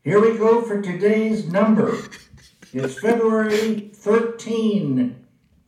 Here we go for today's number. It's February 13,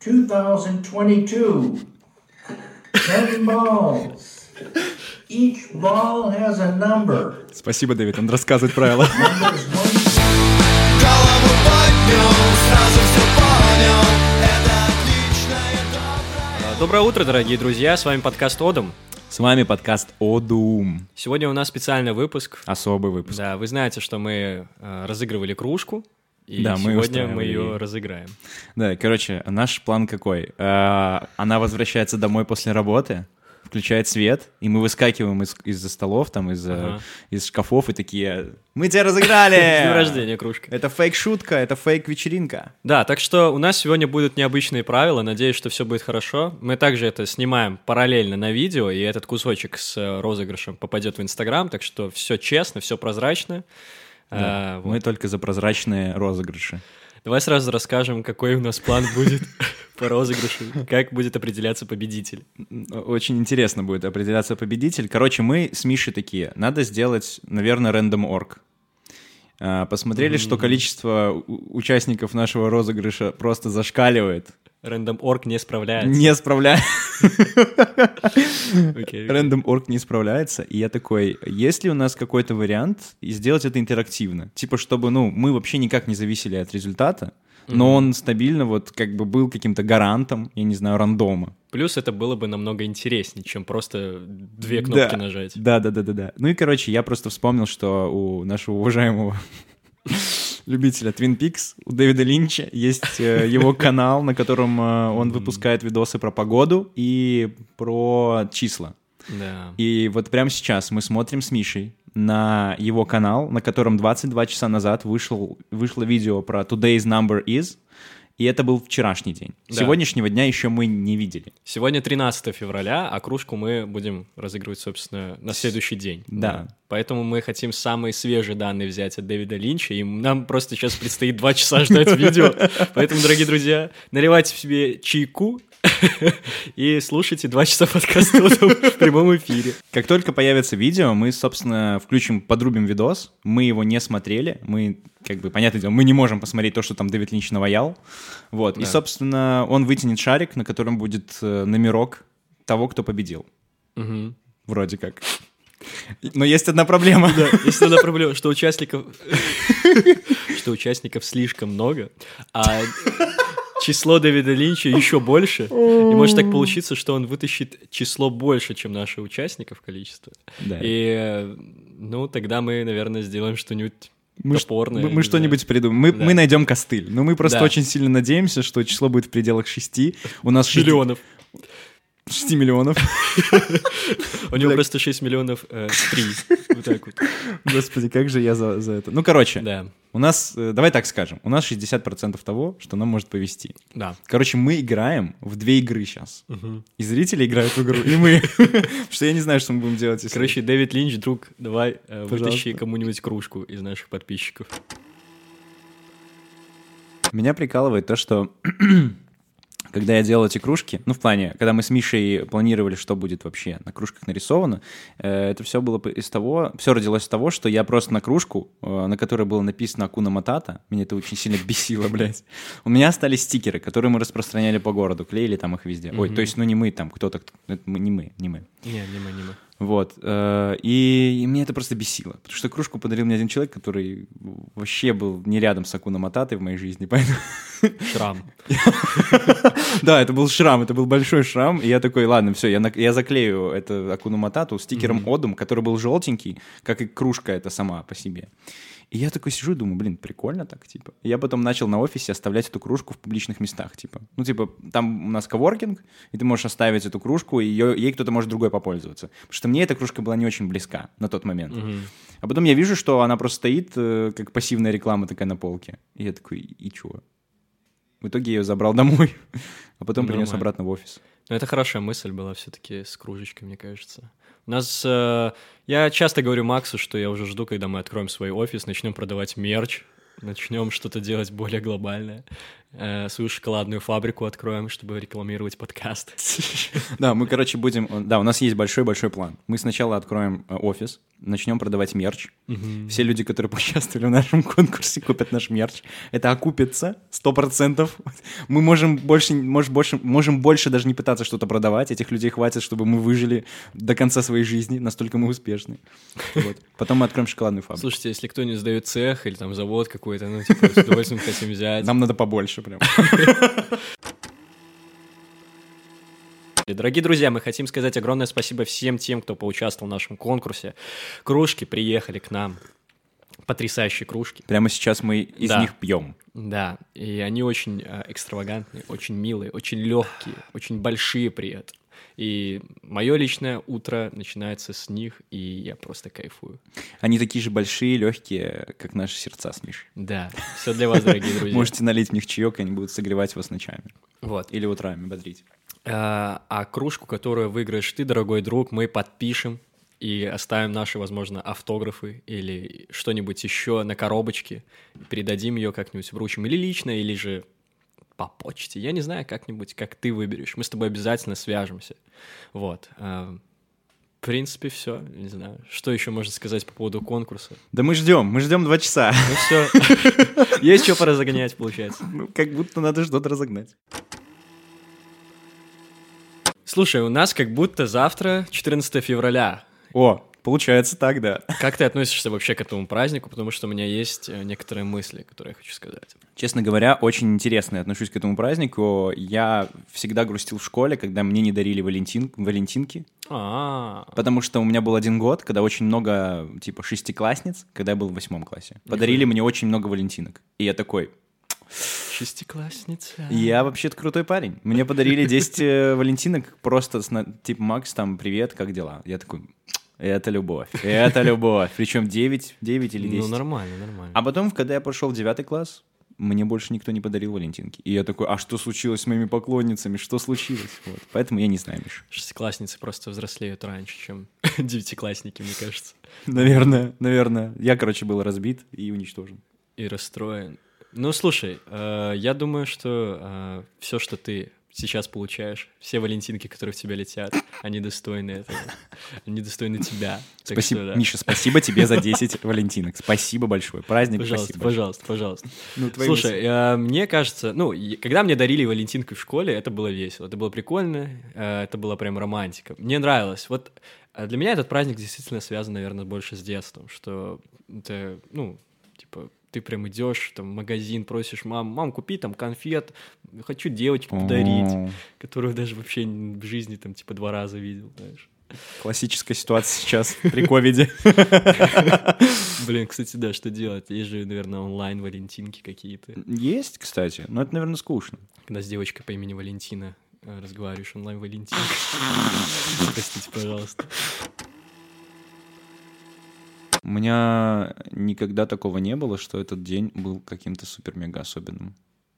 2022. 10 balls. Each ball has a number. Спасибо, Дэвид, он рассказывает правила. Numbers one. Голову поднял, сразу все понял. Это отличная добрая. Доброе утро, дорогие друзья, с вами подкаст «Одум». С вами подкаст «Одум». Сегодня у нас специальный выпуск. Особый выпуск. Да, вы знаете, что мы разыгрывали кружку, и Да, мы сегодня мы устраивали ее ее. разыграем. Да, короче, наш план какой? Она возвращается домой после работы, включает свет, и мы выскакиваем из-за столов, там, из шкафов, и такие: «Мы тебя разыграли!» С днем рождения, кружка. Это фейк-шутка, это фейк-вечеринка. Да, так что у нас сегодня будут необычные правила, надеюсь, что все будет хорошо. Мы также это снимаем параллельно на видео, и этот кусочек с розыгрышем попадет в Инстаграм, так что все честно, все прозрачно. Да, Вот. мы только за прозрачные розыгрыши. Давай сразу расскажем, какой у нас план будет по розыгрышу, как будет определяться победитель. Очень интересно будет определяться победитель. Короче, мы с Мишей такие: надо сделать, наверное, random.org. Посмотрели, что количество участников нашего розыгрыша просто зашкаливает. Random.org не справляется. Не справляется. Окей. Random.org не справляется. И я такой: есть ли у нас какой-то вариант и сделать это интерактивно? Типа, чтобы, мы вообще никак не зависели от результата, но он стабильно вот как бы был каким-то гарантом, я не знаю, рандома. Плюс это было бы намного интереснее, чем просто две кнопки нажать. Да. Ну и, короче, я просто вспомнил, что у нашего уважаемого любителя Twin Peaks, у Дэвида Линча, есть его канал, на котором он выпускает видосы про погоду и про числа. Да. И вот прямо сейчас мы смотрим с Мишей на его канал, на котором 22 часа назад вышло видео про Today's Number Is, и это был вчерашний день. Да. Сегодняшнего дня еще мы не видели. Сегодня 13 февраля, а кружку мы будем разыгрывать, собственно, на следующий день. Да. Поэтому мы хотим самые свежие данные взять от Дэвида Линча, и нам просто сейчас предстоит 2 часа ждать видео. Поэтому, дорогие друзья, наливайте себе чайку и слушайте 2 часа подкаста в прямом эфире. Как только появится видео, мы, собственно, подрубим видос. Мы его не смотрели. Мы, понятное дело, мы не можем посмотреть то, что там Дэвид Линч наваял. Вот. Да. И, собственно, он вытянет шарик, на котором будет номерок того, кто победил. Мгм. Вроде как. Но есть одна проблема. Да, есть одна проблема, что участников слишком много, а число Дэвида Линча еще больше, и может так получиться, что он вытащит число больше, чем наших участников количество. Да. И, тогда мы, наверное, сделаем что-нибудь топорное. Мы что-нибудь придумаем. Да. Мы найдем костыль. Но мы просто Да. очень сильно надеемся, что число будет в пределах 6. У нас 6 Миллионов. 6 миллионов. У него Бля. просто 6 миллионов 3. Вот так вот. Господи, как же я за это. Короче, Да, у нас, давай так скажем, у нас 60% того, что нам может повезти. да. Короче, мы играем в 2 игры сейчас. И зрители играют в игру, и мы. Потому что я не знаю, что мы будем делать. Если... Короче, Дэвид Линч, друг, давай вытащи Пожалуйста. кому-нибудь кружку из наших подписчиков. Меня прикалывает то, что когда я делал эти кружки, в плане, когда мы с Мишей планировали, что будет вообще на кружках нарисовано, это все было все родилось из того, что я просто на кружку, на которой было написано Акуна Матата, меня это очень сильно бесило, блядь. У меня остались стикеры, которые мы распространяли по городу, клеили там их везде. Ой, то есть, не мы, там кто-то, не мы. Не мы. Вот. И меня это просто бесило. Потому что кружку подарил мне один человек, который вообще был не рядом с Акуна Мататой в моей жизни. Поэтому... Шрам. Да, это был шрам, это был большой шрам. И я такой: ладно, все, я заклею эту Акуну Матату стикером Одум, который был желтенький, как и кружка эта сама по себе. И я такой сижу и думаю: прикольно так, типа. И я потом начал на офисе оставлять эту кружку в публичных местах, типа. Там у нас коворкинг, и ты можешь оставить эту кружку, и ей кто-то может другой попользоваться. Потому что мне эта кружка была не очень близка на тот момент. А потом я вижу, что она просто стоит, как пассивная реклама такая на полке. И я такой: и чё? В итоге я ее забрал домой, а потом принес Нормально. обратно в офис. Это хорошая мысль была все-таки с кружечкой, мне кажется. У нас... я часто говорю Максу, что я уже жду, когда мы откроем свой офис, начнем продавать мерч, начнем что-то делать более глобальное. свою шоколадную фабрику откроем, чтобы рекламировать подкаст. Да, мы, короче, будем... Да, у нас есть большой-большой план. Мы сначала откроем офис, начнем продавать мерч. Все люди, которые поучаствовали в нашем конкурсе, купят наш мерч. Это окупится 100%. Мы можем больше даже не пытаться что-то продавать. Этих людей хватит, чтобы мы выжили до конца своей жизни. Настолько мы успешны. Вот. Потом мы откроем шоколадную фабрику. Слушайте, если кто-нибудь сдает цех или там завод какой-то, ну, типа, с удовольствием хотим взять. Нам надо побольше прям. Дорогие друзья, мы хотим сказать огромное спасибо всем тем, кто поучаствовал в нашем конкурсе. Кружки приехали к нам. Потрясающие кружки. Прямо сейчас мы из них пьем. Да, и они очень экстравагантные, очень милые, очень легкие, очень большие при этом. И мое личное утро начинается с них, и я просто кайфую. Они такие же большие, легкие, как наши сердца с Мишей. Да, все для вас, дорогие друзья. Можете налить в них чаек, и они будут согревать вас ночами. Вот. Или утрами бодрить. А кружку, которую выиграешь ты, дорогой друг, мы подпишем и оставим наши, возможно, автографы или что-нибудь еще на коробочке. Передадим ее как-нибудь, вручим или лично, или же по почте. Я не знаю, как-нибудь, как ты выберешь. Мы с тобой обязательно свяжемся. Вот. В принципе, все. Не знаю. Что еще можно сказать по поводу конкурса? Да мы ждем 2 часа. Ну все. Есть что поразогнять, получается. Ну, как будто надо что-то разогнать. Слушай, у нас как будто завтра 14 февраля. О, получается так, да. Как ты относишься вообще к этому празднику? Потому что у меня есть некоторые мысли, которые я хочу сказать. Честно говоря, очень интересно я отношусь к этому празднику. Я всегда грустил в школе, когда мне не дарили валентинки. Потому что у меня был 1 год, когда очень много, типа, 6-классниц, когда я был в 8 классе, подарили мне очень много валентинок. И я такой... 6-классница. Я вообще-то крутой парень. Мне подарили 10 валентинок, просто типа, Макс, там, привет, как дела? Я такой, это любовь, это любовь. Причем 9 или 10. Ну, нормально. А потом, когда я пошел в 9 класс, мне больше никто не подарил валентинки. И я такой, а что случилось с моими поклонницами? Что случилось? Вот. Поэтому я не знаю, Миша. 6-классницы просто взрослеют раньше, чем 9-классники, мне кажется. Наверное. Я, короче, был разбит и уничтожен. И расстроен. Ну, слушай, я думаю, что все, что ты сейчас получаешь, все валентинки, которые в тебя летят, они достойны этого. Они достойны тебя. Спасибо, что, да. Миша, спасибо тебе за 10 валентинок. Спасибо большое. Праздник, спасибо. Пожалуйста. Ну, слушай, мне кажется, когда мне дарили валентинку в школе, это было весело, это было прикольно, это была прям романтика. Мне нравилось. Вот для меня этот праздник действительно связан, наверное, больше с детством, что это, типа, ты прям идешь там, в магазин, просишь мам, купи там конфет, хочу девочке подарить, которую даже вообще в жизни там типа 2 раза видел, знаешь. Классическая ситуация сейчас при ковиде. Блин, кстати, да, что делать? Есть же, наверное, онлайн-валентинки какие-то. Есть, кстати, но это, наверное, скучно. Когда с девочкой по имени Валентина разговариваешь онлайн-валентинка. Простите, пожалуйста. У меня никогда такого не было, что этот день был каким-то супер-мега особенным.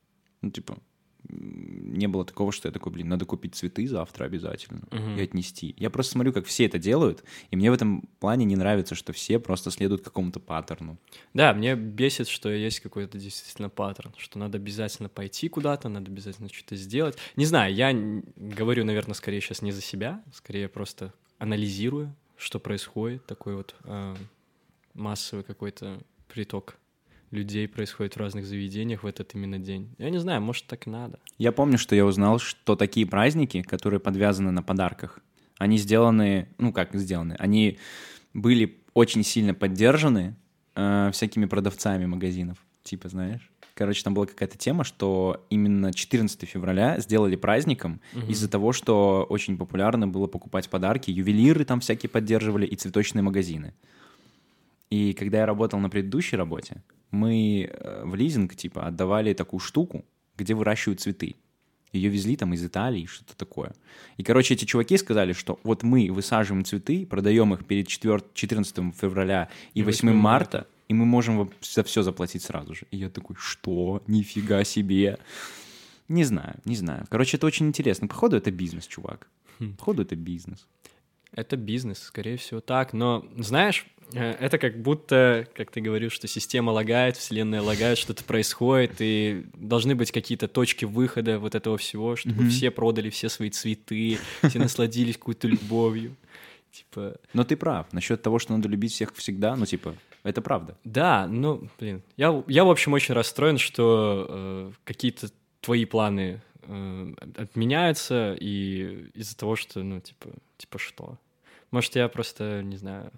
Не было такого, что я такой, надо купить цветы завтра обязательно и отнести. Я просто смотрю, как все это делают, и мне в этом плане не нравится, что все просто следуют какому-то паттерну. Да, мне бесит, что есть какой-то действительно паттерн, что надо обязательно пойти куда-то, надо обязательно что-то сделать. Не знаю, я говорю, наверное, скорее сейчас не за себя, скорее просто анализирую, что происходит, такой вот... массовый какой-то приток людей происходит в разных заведениях в этот именно день. Я не знаю, может, так и надо. Я помню, что я узнал, что такие праздники, которые подвязаны на подарках, они сделаны, они были очень сильно поддержаны всякими продавцами магазинов, типа, знаешь. Короче, там была какая-то тема, что именно 14 февраля сделали праздником из-за того, что очень популярно было покупать подарки, ювелиры там всякие поддерживали и цветочные магазины. И когда я работал на предыдущей работе, мы в лизинг, типа, отдавали такую штуку, где выращивают цветы. Ее везли там из Италии, что-то такое. И, короче, эти чуваки сказали, что вот мы высаживаем цветы, продаем их перед 14 февраля и 8 марта, и мы можем за все заплатить сразу же. И я такой, что? Нифига себе. Не знаю. Короче, это очень интересно. Походу, это бизнес, чувак. Походу, это бизнес. Это бизнес, скорее всего, так. Но, знаешь, Это как будто, как ты говорил, что система лагает, вселенная лагает, что-то происходит, и должны быть какие-то точки выхода вот этого всего, чтобы все продали все свои цветы, все насладились какой-то любовью. Типа... Но ты прав насчет того, что надо любить всех всегда, ну, типа, это правда. Да, ну, блин, я в общем, очень расстроен, что какие-то твои планы отменяются, и из-за того, что, ну, типа что? Может, я просто, не знаю,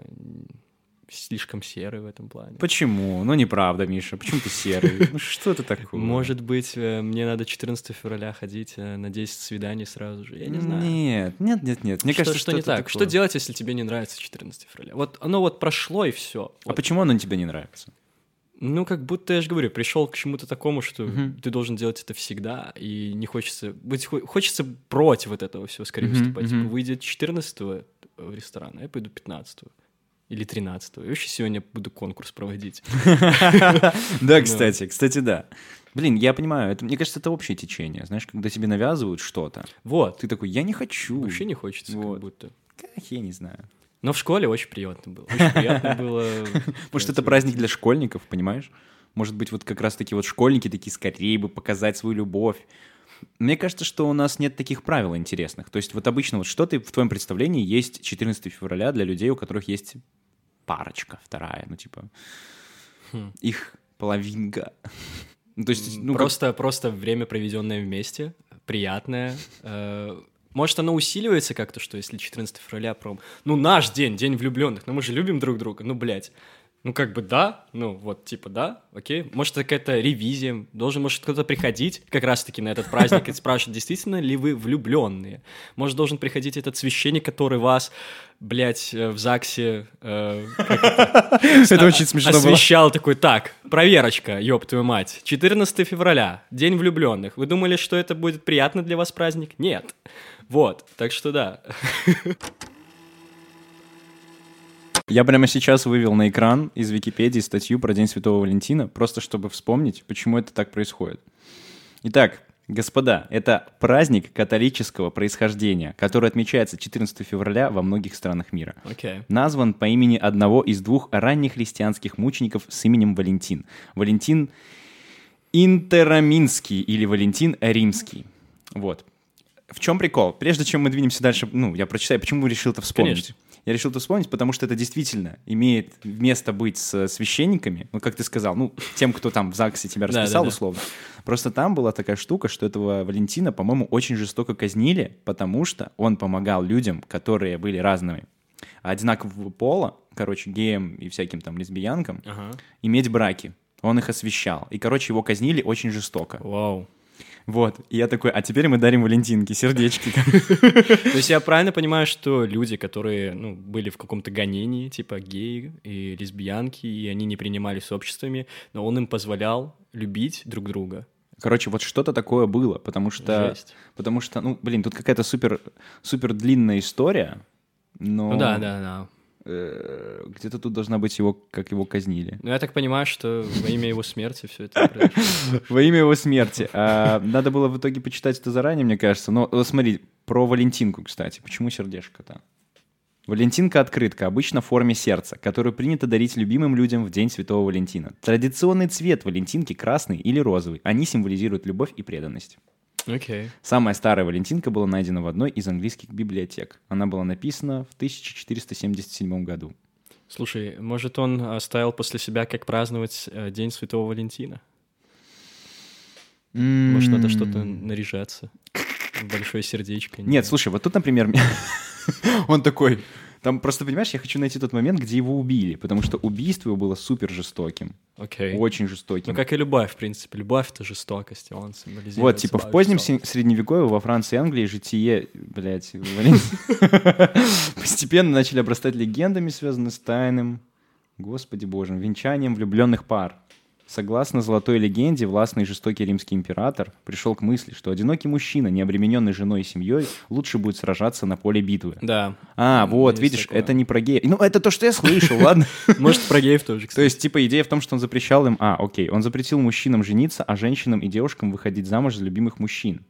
слишком серый в этом плане. Почему? Ну, неправда, Миша. Почему ты серый? Ну, что это такое? Может быть, мне надо 14 февраля ходить на 10 свиданий сразу же? Я не знаю. Нет. Мне кажется, что не так. Что делать, если тебе не нравится 14 февраля? Вот оно вот прошло, и все. А почему оно тебе не нравится? Ну, как будто, я же говорю, пришел к чему-то такому, что ты должен делать это всегда, и не хочется... Хочется против вот этого всего скорее выступать. Типа, выйдет 14-го в ресторан, а я пойду 15-го. Или 13-го. И вообще сегодня буду конкурс проводить. Да, кстати, да. Блин, я понимаю, мне кажется, это общее течение. Знаешь, когда тебе навязывают что-то, вот. Ты такой, я не хочу. Вообще не хочется, как будто. Я не знаю. Но в школе очень приятно было. Очень приятно было. Может, это праздник для школьников, понимаешь? Может быть, вот как раз-таки вот школьники такие скорее бы показать свою любовь. Мне кажется, что у нас нет таких правил интересных. То есть вот обычно вот что ты в твоем представлении есть 14 февраля для людей, у которых есть парочка вторая, ну типа их половинка. То есть, ну, просто время, проведенное вместе, приятное. Может, оно усиливается как-то, что если 14 февраля ну, наш день влюбленных, но мы же любим друг друга, ну, блядь. Ну, как бы да, ну, вот, типа, да, окей. Может, это какая-то ревизия, может кто-то приходить как раз-таки на этот праздник и спрашивать, действительно ли вы влюбленные. Может, должен приходить этот священник, который вас, блядь, в ЗАГСе... Это очень смешно было. Освещал такой, так, проверочка, ёб твою мать, 14 февраля, день влюбленных. Вы думали, что это будет приятно для вас праздник? Нет. Вот, так что да. Я прямо сейчас вывел на экран из Википедии статью про День Святого Валентина, просто чтобы вспомнить, почему это так происходит. Итак, господа, это праздник католического происхождения, который отмечается 14 февраля во многих странах мира. Okay. Назван по имени одного из двух ранних христианских мучеников с именем Валентин. Валентин Интераминский или Валентин Римский. Вот. В чем прикол? Прежде чем мы двинемся дальше, я прочитаю, почему решил это вспомнить. Конечно. Я решил это вспомнить, потому что это действительно имеет место быть с священниками, как ты сказал, тем, кто там в ЗАГСе тебя расписал, условно. Просто там была такая штука, что этого Валентина, по-моему, очень жестоко казнили, потому что он помогал людям, которые были разными, одинакового пола, геям и всяким там лесбиянкам, иметь браки. Он их освящал. И, его казнили очень жестоко. Вау. Вот, и я такой, а теперь мы дарим Валентинки, сердечки. То есть я правильно понимаю, что люди, которые, были в каком-то гонении, типа геи и лесбиянки, и они не принимались обществами, но он им позволял любить друг друга? Вот что-то такое было, потому что, тут какая-то супер длинная история, но... Ну да. Где-то тут должна быть как его казнили. Ну, я так понимаю, что во имя его смерти все это произошло. Во имя его смерти. Надо было в итоге почитать это заранее, мне кажется. Но смотри, про Валентинку, кстати. Почему сердечко-то? Валентинка-открытка, обычно в форме сердца, которую принято дарить любимым людям в День Святого Валентина. Традиционный цвет Валентинки красный или розовый. Они символизируют любовь и преданность. Okay. Самая старая Валентинка была найдена в одной из английских библиотек. Она была написана в 1477 году. Слушай, может, он оставил после себя, как праздновать День Святого Валентина? Может, надо что-то наряжаться? Большое сердечко. Нет, слушай, вот тут, например, он такой... Там просто, понимаешь, я хочу найти тот момент, где его убили, потому что убийство его было супер жестоким. Okay. Очень жестоким. Как и любовь, в принципе. Любовь — это жестокость, он символизирует... Вот, типа в позднем Средневековье во Франции и Англии житие, постепенно начали обрастать легендами, связанными с тайным, Господи Боже, венчанием влюбленных пар. Согласно золотой легенде, властный и жестокий римский император пришел к мысли, что одинокий мужчина, не обремененный женой и семьей, лучше будет сражаться на поле битвы. Да. Вот, видишь, такое. Это не про геев. Это то, что я слышал, ладно? Может, про геев тоже, кстати. То есть, идея в том, что он запрещал им... он запретил мужчинам жениться, а женщинам и девушкам выходить замуж за любимых мужчин.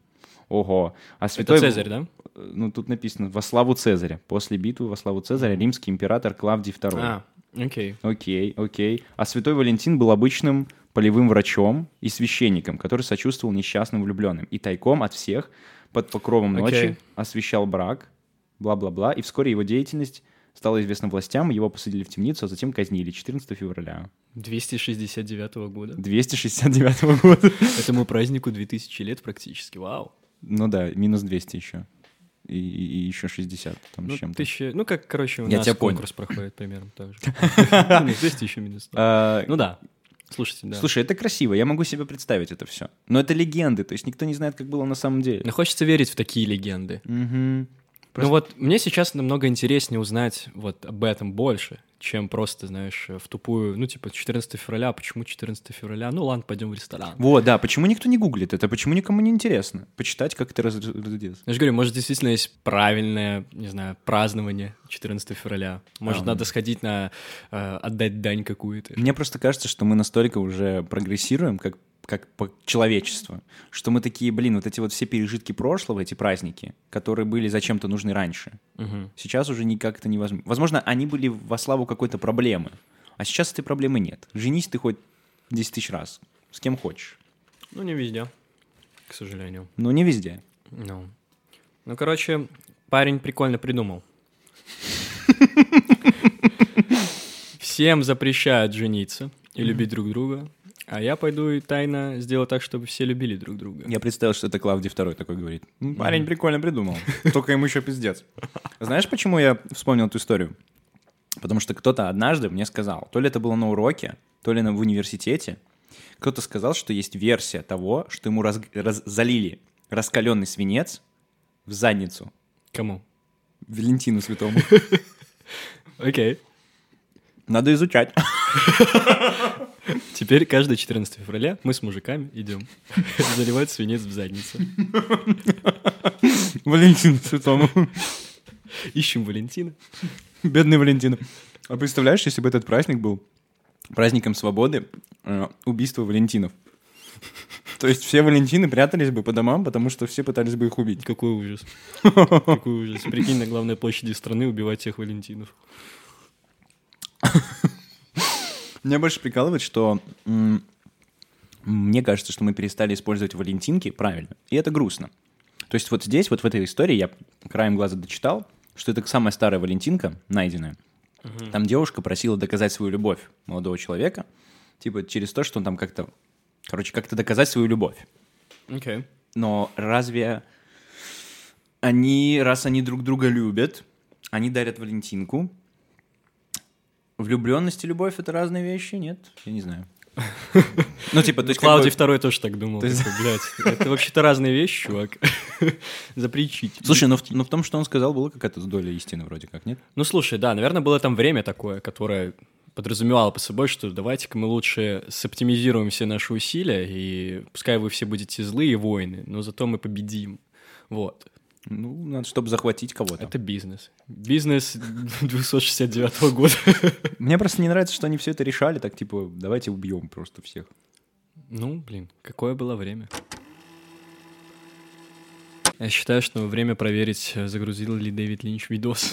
Ого. А Это святой... Цезарь, да? Ну, тут написано «во славу Цезаря». После битвы во славу Цезаря римский император Клавдий II. А, окей. Окей. А святой Валентин был обычным полевым врачом и священником, который сочувствовал несчастным влюбленным. И тайком от всех под покровом ночи Окей. освящал брак, бла-бла-бла. И вскоре его деятельность стала известна властям, его посадили в темницу, а затем казнили 14 февраля 269 года. 269 года. Этому празднику 2000 лет практически. Вау. Ну да, минус 200 еще. И еще 60 там Ну, с чем-то. 1000... Ну, как, короче, у Я нас тебя понял. конкурс проходит примерно так же. Минус 200 еще минус 100. А, Ну да. Слушайте, да. Слушай, это красиво, я могу себе представить это все. Но это легенды, то есть никто не знает, как было на самом деле. Но хочется верить в такие легенды. Мгм. Ну вот мне сейчас намного интереснее узнать вот об этом больше, чем просто, знаешь, в тупую, ну типа 14 февраля, почему 14 февраля? Ну ладно, пойдем в ресторан. Вот, да, почему никто не гуглит это, почему никому не интересно почитать, как это разделится. Я же говорю, может, действительно есть правильное, не знаю, празднование 14 февраля. Может, надо сходить на отдать дань какую-то. Мне просто кажется, что мы настолько уже прогрессируем, как по человечеству, что мы такие, блин, вот эти вот все пережитки прошлого, эти праздники, которые были зачем-то нужны раньше, Мгм. сейчас уже никак это невозможно. Возможно, они были во славу какой-то проблемы, а сейчас этой проблемы нет. Женись ты хоть 10 тысяч раз, с кем хочешь. Ну, не везде, к сожалению. Но не везде. Ну, короче, парень прикольно придумал. Всем запрещают жениться и любить друг друга, а я пойду и тайно сделаю так, чтобы все любили друг друга. Я представил, что это Клавдий II такой говорит. Парень прикольно придумал, только ему еще пиздец. Знаешь, почему я вспомнил эту историю? Потому что кто-то однажды мне сказал, то ли это было на уроке, то ли в университете, кто-то сказал, что есть версия того, что ему залили раскаленный свинец в задницу. Кому? Валентину Святому. Окей. Надо изучать. Теперь каждое 14 февраля мы с мужиками идем заливать свинец в задницу. Валентину Святому. Ищем Валентина. Бедный Валентин. А представляешь, если бы этот праздник был праздником свободы, убийства Валентинов? То есть все Валентины прятались бы по домам, потому что все пытались бы их убить. Какой ужас. Какой ужас. Прикинь, на главной площади страны убивать всех Валентинов. Меня больше прикалывает, что мне кажется, что мы перестали использовать валентинки правильно, и это грустно. То есть вот здесь, вот в этой истории я краем глаза дочитал, что это самая старая валентинка, найденная. Там девушка просила доказать свою любовь молодого человека, типа через то, что он там как-то доказать свою любовь. Окей. Но разве раз они друг друга любят, они дарят валентинку? Влюбленность и любовь — это разные вещи? Нет? Я не знаю. Ну, типа, то есть... Клавдий II тоже так думал. То есть- Такой, блядь, это вообще-то разные вещи, чувак. Запретить. Слушай, но в том, что он сказал, была какая-то доля истины вроде как, нет? Ну, слушай, да, наверное, было там время такое, которое подразумевало под собой, что давайте-ка мы лучше соптимизируем все наши усилия, и пускай вы все будете злые воины, но зато мы победим. Вот. Ну, надо, чтобы захватить кого-то. Это бизнес. Бизнес 269 года. Мне просто не нравится, что они все это решали, так типа, давайте убьем просто всех. Ну, блин, какое было время. Я считаю, что время проверить, загрузил ли Дэвид Линч видос.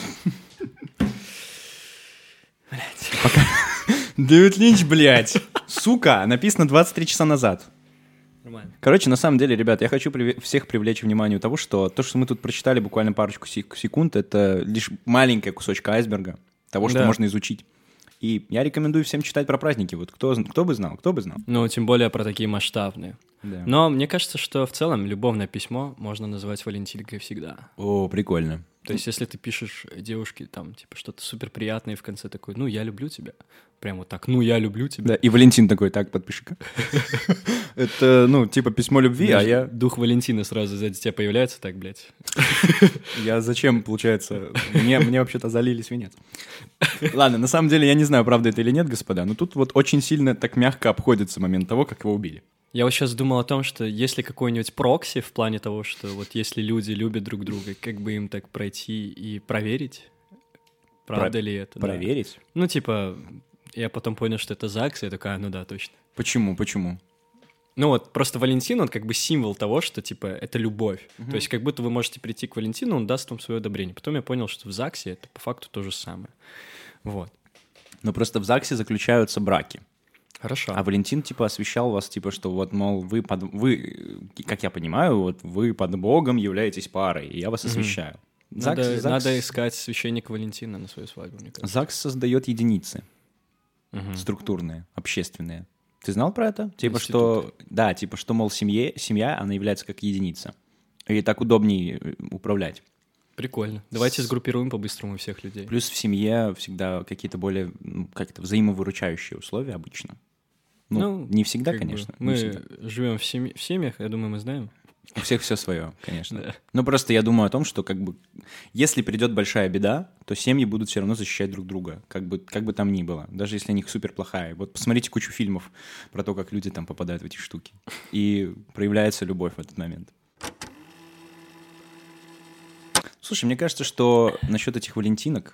Дэвид Линч, блядь! Сука, написано 23 часа назад. Нормально. Короче, на самом деле, ребят, я хочу всех привлечь внимание того, что то, что мы тут прочитали буквально парочку секунд, это лишь маленькая кусочка айсберга того, что Да. можно изучить. И я рекомендую всем читать про праздники. Вот кто бы знал. Ну, тем более про такие масштабные. Да. Но мне кажется, что в целом любовное письмо можно называть валентинкой всегда. О, прикольно. То есть, если ты пишешь девушке там, типа, что-то супер приятное, и в конце такой, ну, я люблю тебя. Прям вот так, ну, я люблю тебя. Да, и Валентин такой, так, подпиши-ка. Это, ну, типа письмо любви, а Знаешь, Дух Валентина сразу сзади тебя появляется, так, блядь. я зачем, получается, мне вообще-то залили свинец. Ладно, на самом деле я не знаю, правда это или нет, господа, но тут вот очень сильно так мягко обходится момент того, как его убили. Я вот сейчас думал о том, что есть ли какой-нибудь прокси в плане того, что вот если люди любят друг друга, как бы им так пройти и проверить, правда ли это. да. Проверить? Ну, типа, я потом понял, что это ЗАГС, и я такая, ну да, точно. Почему? Ну вот, просто Валентин, он как бы символ того, что, типа, это любовь. То есть как будто вы можете прийти к Валентину, он даст вам свое одобрение. Потом я понял, что в ЗАГСе это по факту то же самое. Вот. Но просто в ЗАГСе заключаются браки. Хорошо. А Валентин, типа, освещал вас, типа, что вот, мол, вы, как я понимаю, вот вы под Богом являетесь парой, и я вас освещаю. Надо искать священника Валентина на свою свадьбу, мне кажется. ЗАГС создает единицы структурные, общественные. Ты знал про это? Типа, что, да, типа, что, мол, семья, она является как единица. И так удобнее управлять. Прикольно. Давайте сгруппируем по-быстрому всех людей. Плюс в семье всегда какие-то более, как-то взаимовыручающие условия обычно. Ну, не всегда, конечно. Мы живем в семьях, я думаю, мы знаем. У всех все свое, конечно. Да. Но просто я думаю о том, что как бы если придет большая беда, то семьи будут все равно защищать друг друга, как бы там ни было, даже если у них супер плохая. Вот посмотрите кучу фильмов про то, как люди там попадают в эти штуки. И проявляется любовь в этот момент. Слушай, мне кажется, что насчет этих валентинок,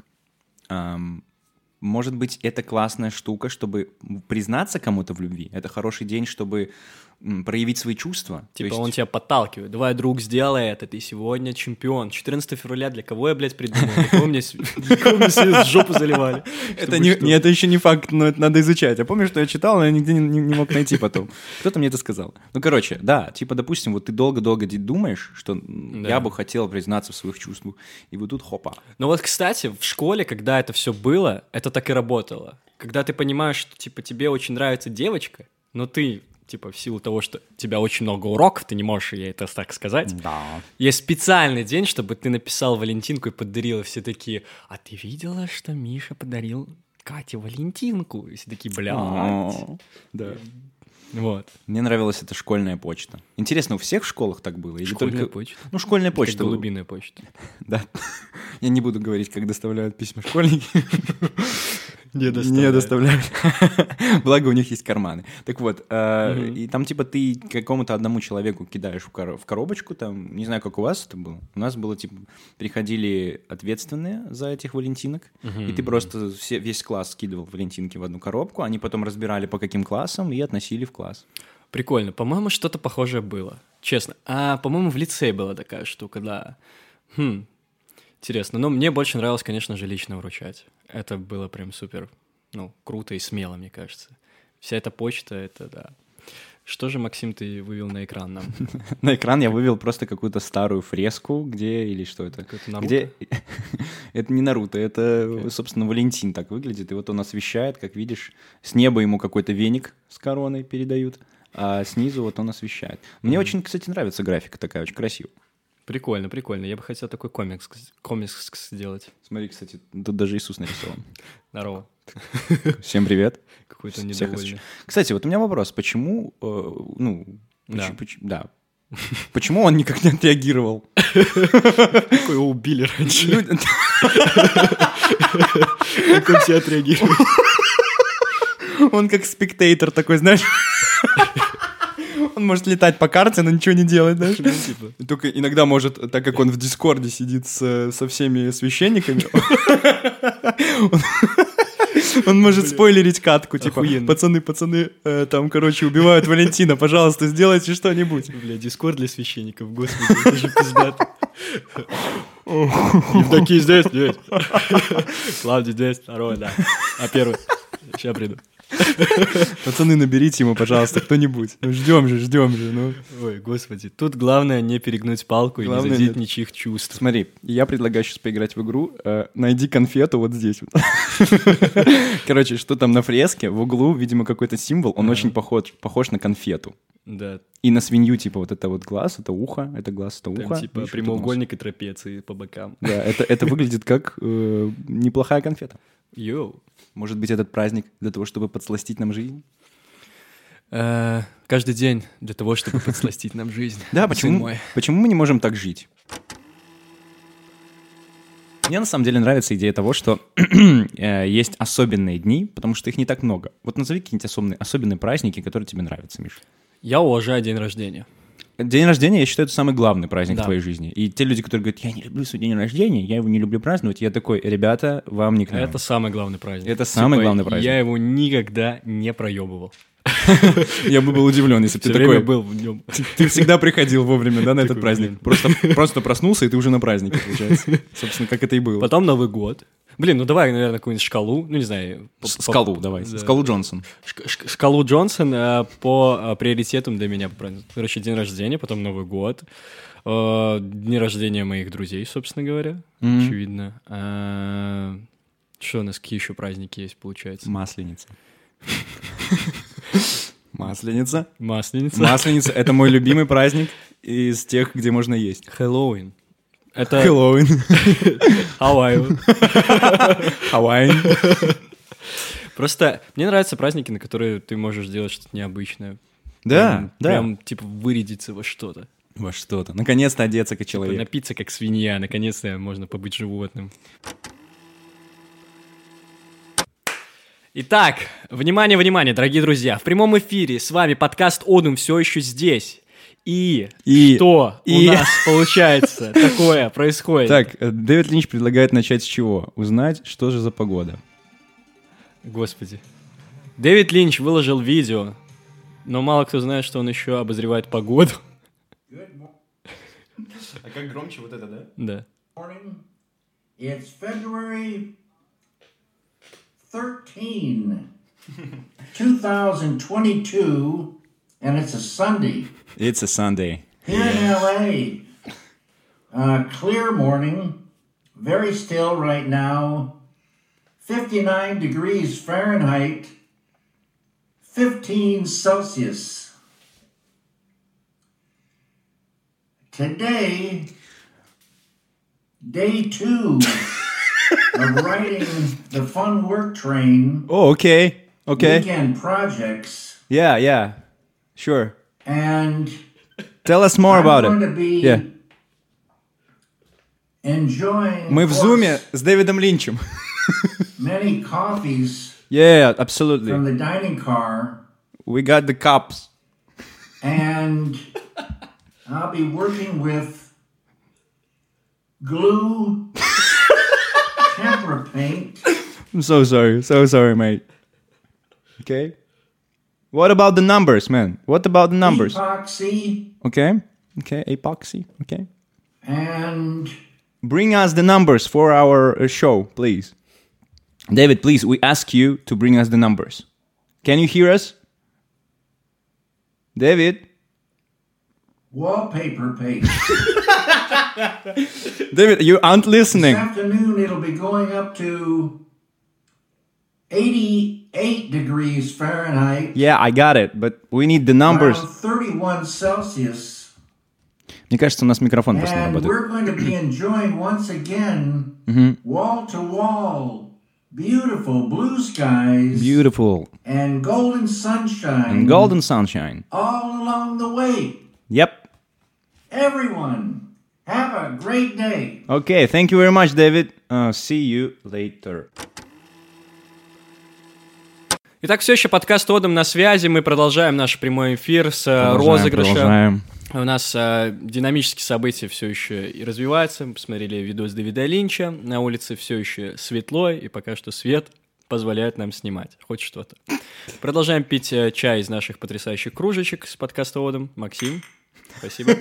может быть, это классная штука, чтобы признаться кому-то в любви. Это хороший день, чтобы проявить свои чувства. Типа он тебя подталкивает. Давай, друг, сделай это, ты сегодня чемпион. 14 февраля для кого я, блядь, придумал? Для кого мне с жопу заливали? Это еще не факт, но это надо изучать. Я помню, что я читал, но я нигде не мог найти потом. Кто-то мне это сказал. Ну, короче, да, типа, допустим, вот ты долго-долго думаешь, что я бы хотел признаться в своих чувствах, и вот тут хопа. Ну вот, кстати, в школе, когда это все было, это так и работало. Когда ты понимаешь, что, типа, тебе очень нравится девочка, но ты... типа, в силу того, что у тебя очень много уроков, ты не можешь ей это так сказать. Да. Есть специальный день, чтобы ты написал Валентинку и подарил, и все такие, а ты видела, что Миша подарил Кате Валентинку? И все такие, блядь. Да. Вот. Мне нравилась эта школьная почта. Интересно, у всех в школах так было? Или школьная только... почта? Ну, школьная почта. Как голубиная почта. Да. Я не буду говорить, как доставляют письма школьники. Не доставляют. Благо, у них есть карманы. Так вот, и там типа ты какому-то одному человеку кидаешь в коробочку, там, не знаю, как у вас это было. У нас было, типа, приходили ответственные за этих валентинок, и ты просто весь класс скидывал валентинки в одну коробку, они потом разбирали по каким классам и относили в класс. Прикольно. По-моему, что-то похожее было. Честно. А, по-моему, в лицее была такая штука, да. Интересно. Но мне больше нравилось, конечно же, лично вручать. Это было прям супер, круто и смело, мне кажется. Вся эта почта, это да. Что же, Максим, ты вывел на экран нам? На экран я вывел просто какую-то старую фреску, или что это? Это Наруто? Это не Наруто, это, собственно, Валентин так выглядит. И вот он освещает, как видишь, с неба ему какой-то веник с короной передают, а снизу вот он освещает. Мне очень, кстати, нравится графика такая, очень красивая. Прикольно, прикольно. Я бы хотел такой комикс сделать. Смотри, кстати, тут даже Иисус нарисован. Здорово. Всем привет. Какой-то недовольный. Кстати, вот у меня вопрос. Почему, почему он никак не отреагировал? Как его убили раньше. Как он все отреагировал? Он как спектейтор такой, знаешь... Он может летать по карте, но ничего не делать, знаешь? Только иногда может, так как он в Дискорде сидит со всеми священниками, он может спойлерить катку, типа, пацаны, там, короче, убивают Валентина, пожалуйста, сделайте что-нибудь. Бля, Дискорд для священников, господи, это же пиздато. Евдокий здесь? Здесь. Клавдий здесь? Второй, да. А первый? Сейчас приду. Пацаны, наберите ему, пожалуйста, кто-нибудь. Ну, ждем же, ну. Ой, господи, тут главное не перегнуть палку и не задеть ничьих чувств. Смотри, я предлагаю сейчас поиграть в игру «Найди конфету» вот здесь. Короче, что там на фреске, в углу, видимо, какой-то символ, он очень похож на конфету. Да. И на свинью, типа, вот это вот глаз, это ухо, это глаз, это ухо. Там, типа, прямоугольник и трапеции по бокам. Да, это выглядит как неплохая конфета. Йоу. Может быть, этот праздник для того, чтобы подсластить нам жизнь? Каждый день для того, чтобы подсластить нам жизнь. Да, почему мы не можем так жить? Мне на самом деле нравится идея того, что есть особенные дни, потому что их не так много. Вот назови какие-нибудь особенные праздники, которые тебе нравятся, Миш. Я уважаю день рождения. День рождения, я считаю, это самый главный праздник в твоей жизни. И те люди, которые говорят, я не люблю свой день рождения, я его не люблю праздновать, я такой, ребята, вам не к нам. Это самый главный праздник. Это самый главный праздник. Я его никогда не проебывал. Я бы был удивлен, если бы ты Все время такой... был в нем. Ты всегда приходил вовремя, да, на этот Такой, праздник? Просто проснулся, и ты уже на празднике, получается. Собственно, как это и было. Потом Новый год. Блин, ну давай, наверное, какую-нибудь шкалу. Ну, не знаю. Скалу давай. Да. Скалу Джонсон. Шкалу Джонсон по приоритетам для меня. Короче, день рождения, потом Новый год. Дни рождения моих друзей, собственно говоря. Очевидно. Что у нас, какие еще праздники есть, получается? Масленица. Масленица. Масленица. Масленица — это мой любимый праздник из тех, где можно есть. Хэллоуин. Это Хэллоуин. Хавайи. Хавайи. Просто мне нравятся праздники, на которые ты можешь сделать что-то необычное. Да, да. Прям, типа, вырядиться во что-то. Во что-то. Наконец-то одеться как человек. Напиться как свинья. Наконец-то можно побыть животным. Итак, внимание, дорогие друзья. В прямом эфире с вами подкаст «Одум» все еще здесь. И что у нас получается такое происходит? Так, Дэвид Линч предлагает начать с чего? Узнать, что же за погода. Господи. Дэвид Линч выложил видео, но мало кто знает, что он еще обозревает погоду. А как громче вот это, да? Да. Morning. It's February 13, 2022, and it's a Sunday. It's a Sunday. Here in LA, clear morning, very still right now, 59 degrees Fahrenheit, 15 Celsius. Today, day 2 of riding the Fun Work Train, Oh, okay. Okay. weekend projects, Yeah. Sure. and Tell us more about I'm going it. to be Yeah. enjoying Мы of в course, зуме с Дэвидом Линчем. many coffees Yeah, absolutely. from the dining car, We got the cups. and I'll be working with glue, tempera paint, I'm so sorry, mate. Okay. What about the numbers, man? What about the numbers? epoxy, Okay. Epoxy. Okay. and Bring us the numbers for our show, please. David, please, we ask you to bring us the numbers. Can you hear us? David? wallpaper paint. David, you aren't listening. This afternoon it'll be going up to 88 degrees Fahrenheit, Yeah, I got it, but we need the numbers. around 31 Celsius. Мне кажется, у нас микрофон просто не And работает. we're going to be enjoying once again wall to wall, beautiful blue skies Beautiful. and golden sunshine And golden sunshine. all along the way. Yep. Everyone, have a great day. Okay, thank you very much, David. See you later. Итак, все еще подкаст «Одум» на связи. Мы продолжаем наш прямой эфир с розыгрышем. Продолжаем. У нас динамические события все еще и развиваются. Мы посмотрели видос Дэвида Линча. На улице все еще светло, и пока что свет позволяет нам снимать хоть что-то. Продолжаем пить чай из наших потрясающих кружечек с подкаста «Одум». Максим, спасибо.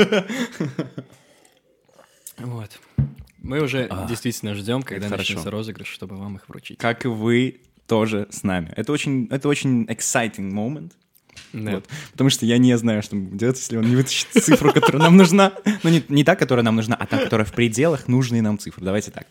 Вот. Мы уже действительно ждем, когда хорошо. начнется розыгрыш, чтобы вам их вручить. Как и вы тоже с нами. Это очень exciting moment. Да. Вот. Потому что я не знаю, что делать, если он не вытащит цифру, которая нам нужна. Ну, не та, которая нам нужна, а та, которая в пределах нужной нам цифры. Давайте так.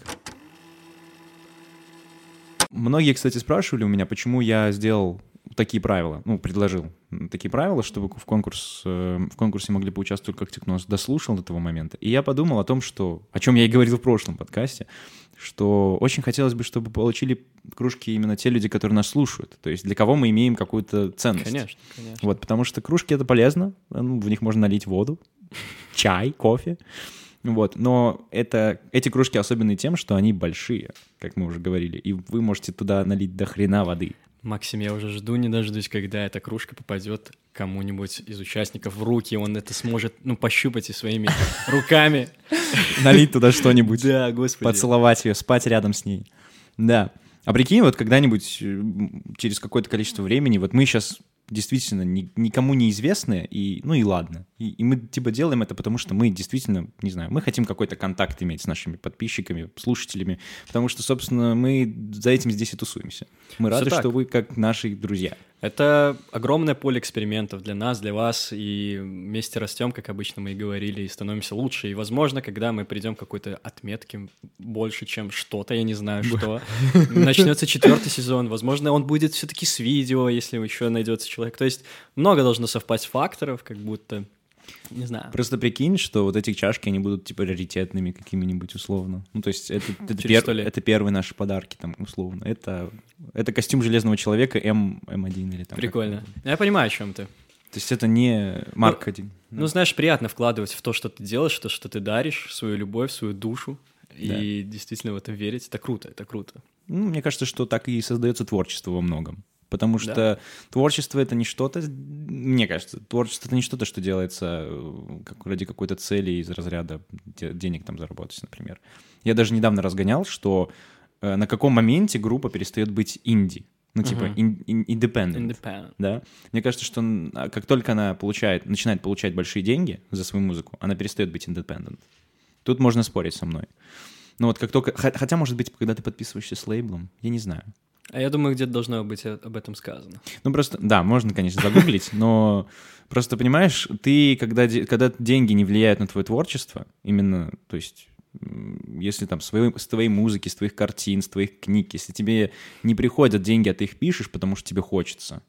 Многие, кстати, спрашивали у меня, почему я сделал такие правила, предложил такие правила, чтобы в конкурсе могли поучаствовать только те, кто нас дослушал до того момента. И я подумал о том, о чем я и говорил в прошлом подкасте, что очень хотелось бы, чтобы получили кружки именно те люди, которые нас слушают. То есть для кого мы имеем какую-то ценность. Конечно. Вот, потому что кружки — это полезно, в них можно налить воду, чай, кофе. Вот, но эти кружки особенны тем, что они большие, как мы уже говорили, и вы можете туда налить до хрена воды. Максим, я уже жду, не дождусь, когда эта кружка попадет кому-нибудь из участников в руки, и он это сможет, пощупать и своими руками. Налить туда что-нибудь. Да, господи. Поцеловать ее, спать рядом с ней. Да. А прикинь, вот когда-нибудь через какое-то количество времени, вот мы сейчас действительно никому неизвестные, и ладно. И мы типа делаем это, потому что мы действительно, не знаю, мы хотим какой-то контакт иметь с нашими подписчиками, слушателями, потому что, собственно, мы за этим здесь и тусуемся. Мы рады, что вы как наши друзья. Это огромное поле экспериментов для нас, для вас, и вместе растем, как обычно мы и говорили, и становимся лучше. И, возможно, когда мы придем к какой-то отметке больше, чем что-то, я не знаю что, начнется 4-й сезон, возможно, он будет все-таки с видео, если еще найдется человек. То есть много должно совпасть факторов, как будто... Не знаю. Просто прикинь, что вот эти чашки, они будут типа раритетными какими-нибудь условно. Ну, то есть это первые наши подарки там условно. Это костюм Железного Человека М1 или там. Прикольно. Я понимаю, о чем ты. То есть это не маркетинг. Ну, знаешь, приятно вкладывать в то, что ты делаешь, то, что ты даришь, свою любовь, свою душу. И действительно в это верить. Это круто, это круто. Ну, мне кажется, что так и создается творчество во многом. Потому что творчество — это не что-то, мне кажется, творчество — это не что-то, что делается ради какой-то цели из разряда денег там заработать, например. Я даже недавно разгонял, что на каком моменте группа перестает быть инди. Ну, типа, independent. Да? Мне кажется, что как только она начинает получать большие деньги за свою музыку, она перестает быть independent. Тут можно спорить со мной. Но вот как только... Хотя, может быть, когда ты подписываешься с лейблом, я не знаю. А я думаю, где-то должно быть об этом сказано. Ну, просто, да, можно, конечно, загуглить, но просто, понимаешь, ты, когда деньги не влияют на твое творчество, именно, то есть, если там с твоей музыки, с твоих картин, с твоих книг, если тебе не приходят деньги, а ты их пишешь, потому что тебе хочется,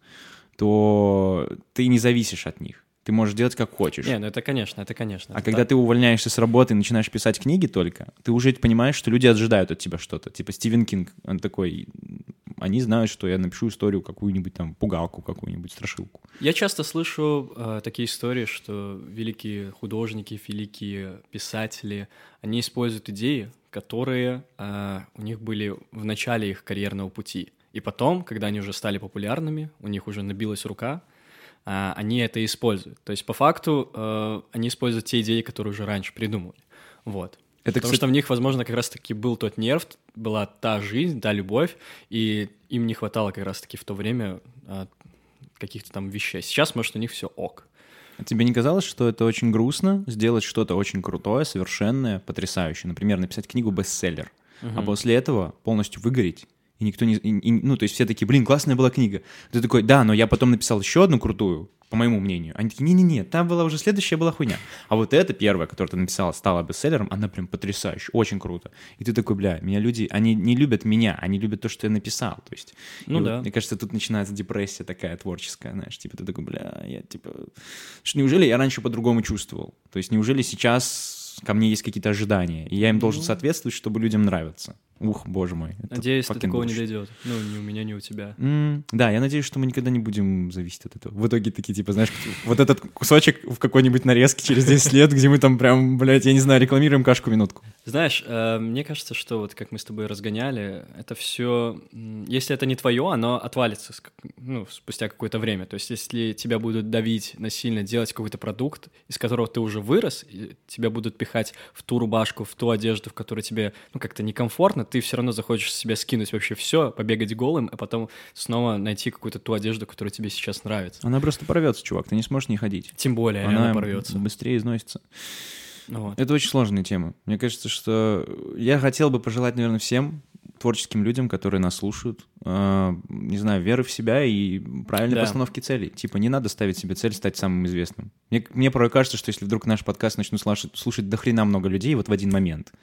то ты не зависишь от них. Ты можешь делать как хочешь. Не, ну это конечно. А когда ты увольняешься с работы и начинаешь писать книги только, ты уже понимаешь, что люди ожидают от тебя что-то. Типа Стивен Кинг, он такой, они знают, что я напишу историю какую-нибудь там, пугалку какую-нибудь, страшилку. Я часто слышу такие истории, что великие художники, великие писатели, они используют идеи, которые у них были в начале их карьерного пути. И потом, когда они уже стали популярными, у них уже набилась рука, они это используют. То есть, по факту, они используют те идеи, которые уже раньше придумали. Вот. Потому что в них, возможно, как раз-таки был тот нерв, была та жизнь, та любовь, и им не хватало как раз-таки в то время каких-то там вещей. Сейчас, может, у них все ок. А тебе не казалось, что это очень грустно сделать что-то очень крутое, совершенное, потрясающее? Например, написать книгу-бестселлер, а после этого полностью выгореть? И никто ну, то есть все такие, блин, классная была книга. Ты такой, да, но я потом написал еще одну крутую, по моему мнению. Они такие, не-не-не, там была уже следующая была хуйня. А вот эта первая, которую ты написал, стала бестселлером, она прям потрясающая, очень круто. И ты такой, бля, меня люди, они не любят меня, они любят то, что я написал. То есть, ну да. Вот, мне кажется, тут начинается депрессия такая творческая, знаешь, типа ты такой, бля, я типа... Неужели я раньше по-другому чувствовал? То есть неужели сейчас ко мне есть какие-то ожидания, и я им должен соответствовать, чтобы людям нравиться? Ух, боже мой. Надеюсь, до такого не дойдет. Ну, ни у меня, ни у тебя. Да, я надеюсь, что мы никогда не будем зависеть от этого. В итоге такие, типа, знаешь, вот этот кусочек в какой-нибудь нарезке через 10 лет, где мы там прям, блядь, я не знаю, рекламируем кашку-минутку. Знаешь, мне кажется, что вот как мы с тобой разгоняли, это все, если это не твое, оно отвалится спустя какое-то время. То есть если тебя будут давить насильно делать какой-то продукт, из которого ты уже вырос, и тебя будут пихать в ту рубашку, в ту одежду, в которой тебе как-то некомфортно, ты все равно захочешь с себя скинуть вообще все, побегать голым, а потом снова найти какую-то ту одежду, которая тебе сейчас нравится. Она просто порвется, чувак, ты не сможешь не ходить. Тем более, она порвется. Быстрее износится. Вот. Это очень сложная тема. Мне кажется, что я хотел бы пожелать, наверное, всем творческим людям, которые нас слушают, не знаю, веры в себя и правильной постановки целей. Типа не надо ставить себе цель стать самым известным. Мне порой кажется, что если вдруг наш подкаст начнут слушать до хрена много людей вот в один момент,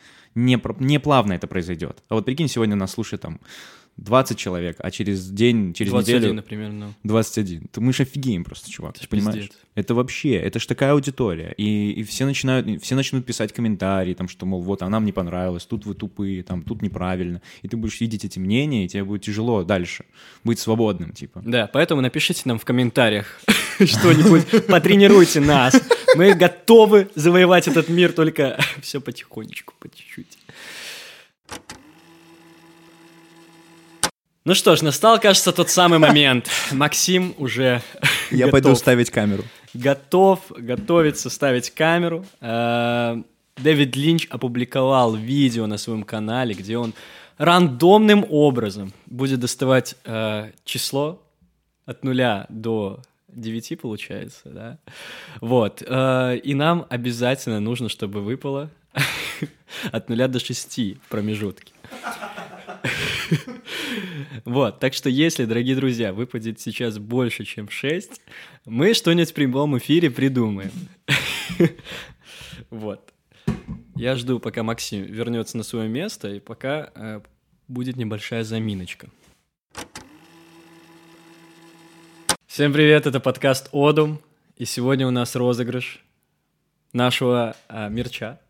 не плавно это произойдет. А вот прикинь, сегодня нас слушает там 20 человек, а через день, через 21, неделю... например, 21. То мы же офигеем просто, чувак, это ты понимаешь? пиздец. Это вообще, это ж такая аудитория. И все начнут писать комментарии, там, что, мол, вот, а нам не понравилось, тут вы тупые, там, тут неправильно. И ты будешь видеть эти мнения, и тебе будет тяжело дальше быть свободным, типа. Да, поэтому напишите нам в комментариях что-нибудь, потренируйте нас. Мы готовы завоевать этот мир, только все потихонечку, по чуть-чуть. Ну что ж, настал, кажется, тот самый момент. Максим уже Я пойду ставить камеру. Готовится ставить камеру. Дэвид Линч опубликовал видео на своем канале, где он рандомным образом будет доставать число от 0 до 9 получается, да? Вот. И нам обязательно нужно, чтобы выпало от 0 до 6 в промежутке. Вот, так что если, дорогие друзья, выпадет сейчас больше, чем 6, мы что-нибудь в прямом эфире придумаем. Вот. Я жду, пока Максим вернется на свое место, и пока будет небольшая заминочка. Всем привет, это подкаст «Одум», и сегодня у нас розыгрыш нашего мерча.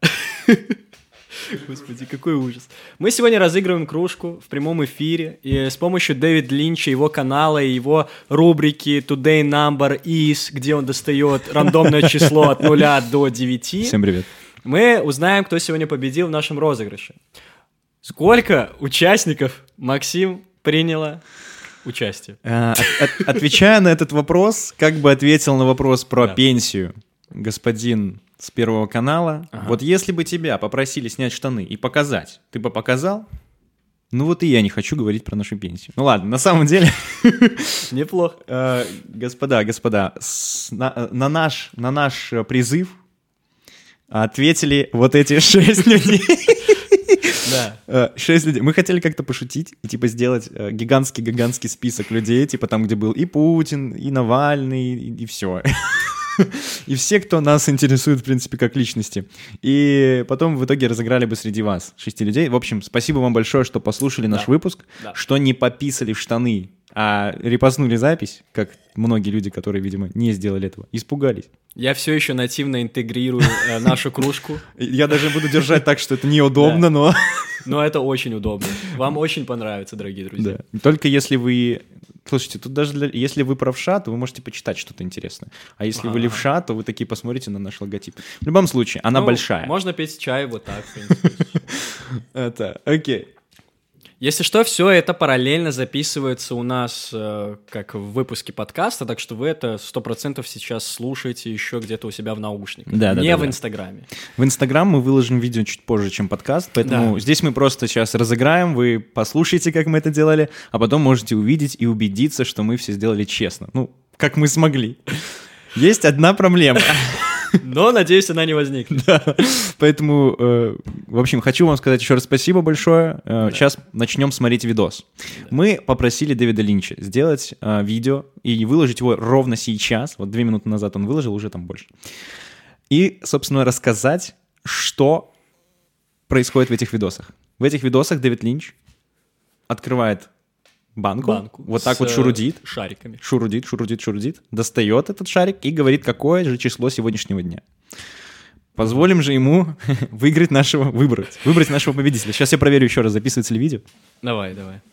Господи, какой ужас. Мы сегодня разыгрываем кружку в прямом эфире, и с помощью Дэвида Линча, его канала и его рубрики Today Number Is, где он достает рандомное число от 0 до 9. Всем привет. Мы узнаем, кто сегодня победил в нашем розыгрыше. Сколько участников, Максим, приняло участие? Отвечая на этот вопрос, как бы ответил на вопрос про пенсию господин с Первого канала. Ага. Вот если бы тебя попросили снять штаны и показать, ты бы показал? Ну вот и я не хочу говорить про нашу пенсию. Ну ладно, на самом деле... Неплохо. Господа, на наш призыв ответили вот эти 6 людей. Да. 6 людей. Мы хотели как-то пошутить и типа сделать гигантский список людей, типа там, где был и Путин, и Навальный, и все. И все, кто нас интересует, в принципе, как личности. И потом в итоге разыграли бы среди вас 6 людей. В общем, спасибо вам большое, что послушали наш выпуск, что не пописали в штаны, а репостнули запись, как многие люди, которые, видимо, не сделали этого, испугались. Я все еще нативно интегрирую нашу кружку. Я даже буду держать так, что это неудобно, но... Но это очень удобно. Вам очень понравится, дорогие друзья. Да. Только если вы... Слушайте, тут даже если вы правша, то вы можете почитать что-то интересное. А если вы левша, то вы такие посмотрите на наш логотип. В любом случае, она большая. Можно пить чай вот так, в принципе. Это, окей. Если что, все это параллельно записывается у нас как в выпуске подкаста, так что вы это 100% сейчас слушаете еще где-то у себя в наушниках. Не в Инстаграме. В Инстаграм мы выложим видео чуть позже, чем подкаст, поэтому здесь мы просто сейчас разыграем, вы послушайте, как мы это делали, а потом можете увидеть и убедиться, что мы все сделали честно. Ну, как мы смогли. Есть одна проблема. Но, надеюсь, она не возникнет. Да. Поэтому, в общем, хочу вам сказать еще раз спасибо большое. Сейчас начнем смотреть видос. Мы попросили Дэвида Линча сделать видео и выложить его ровно сейчас. Вот 2 минуты назад он выложил, уже там больше. И, собственно, рассказать, что происходит в этих видосах. В этих видосах Дэвид Линч открывает банку. Вот так вот шурудит. Шариками. Шурудит. Достает этот шарик и говорит, какое же число сегодняшнего дня. Позволим же ему выбрать нашего победителя. Сейчас я проверю еще раз, записывается ли видео. Давай.